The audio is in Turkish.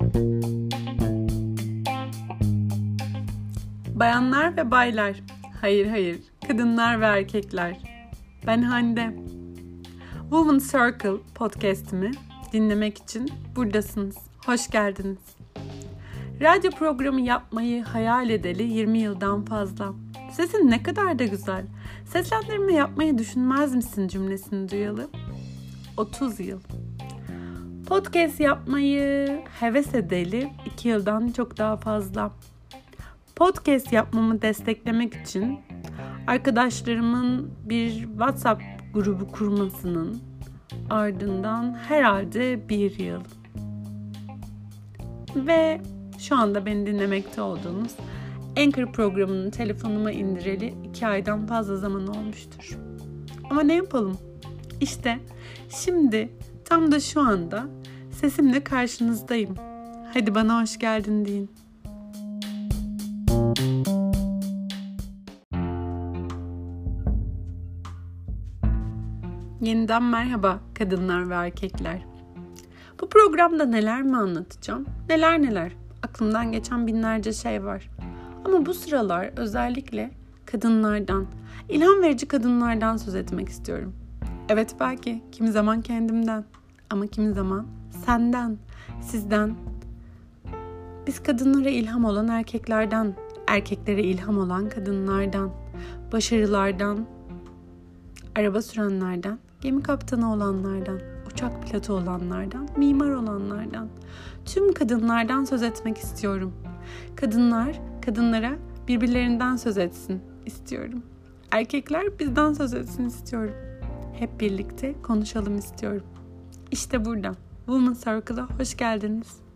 Bayanlar ve baylar, hayır, kadınlar ve erkekler. Ben Hande. Woman Circle podcast'imi dinlemek için buradasınız. Hoş geldiniz. Radyo programı yapmayı hayal edeli 20 yıldan fazla. Sesin ne kadar da güzel. Seslendirme yapmayı düşünmez misin cümlesini duyalı? 30 yıl. Podcast yapmayı heves edeli 2 yıldan çok daha fazla. Podcast yapmamı desteklemek için arkadaşlarımın bir WhatsApp grubu kurmasının ardından herhalde 1 yıl. Ve şu anda beni dinlemekte olduğunuz Anchor programını telefonuma indireli 2 aydan fazla zaman olmuştur. Ama ne yapalım? İşte şimdi tam da şu anda sesimle karşınızdayım. Hadi bana hoş geldin deyin. Yeniden merhaba kadınlar ve erkekler. Bu programda neler mi anlatacağım? Neler. Aklımdan geçen binlerce şey var. Ama bu sıralar özellikle kadınlardan, ilham verici kadınlardan söz etmek istiyorum. Evet, belki kimi zaman kendimden ama kimi zaman senden, sizden. Biz kadınlara ilham olan erkeklerden, erkeklere ilham olan kadınlardan, başarılardan, araba sürenlerden, gemi kaptanı olanlardan, uçak pilotu olanlardan, mimar olanlardan, tüm kadınlardan söz etmek istiyorum. Kadınlara birbirlerinden söz etsin istiyorum. Erkekler bizden söz etsin istiyorum. Hep birlikte konuşalım istiyorum. İşte burada. Woman Circle'a hoş geldiniz.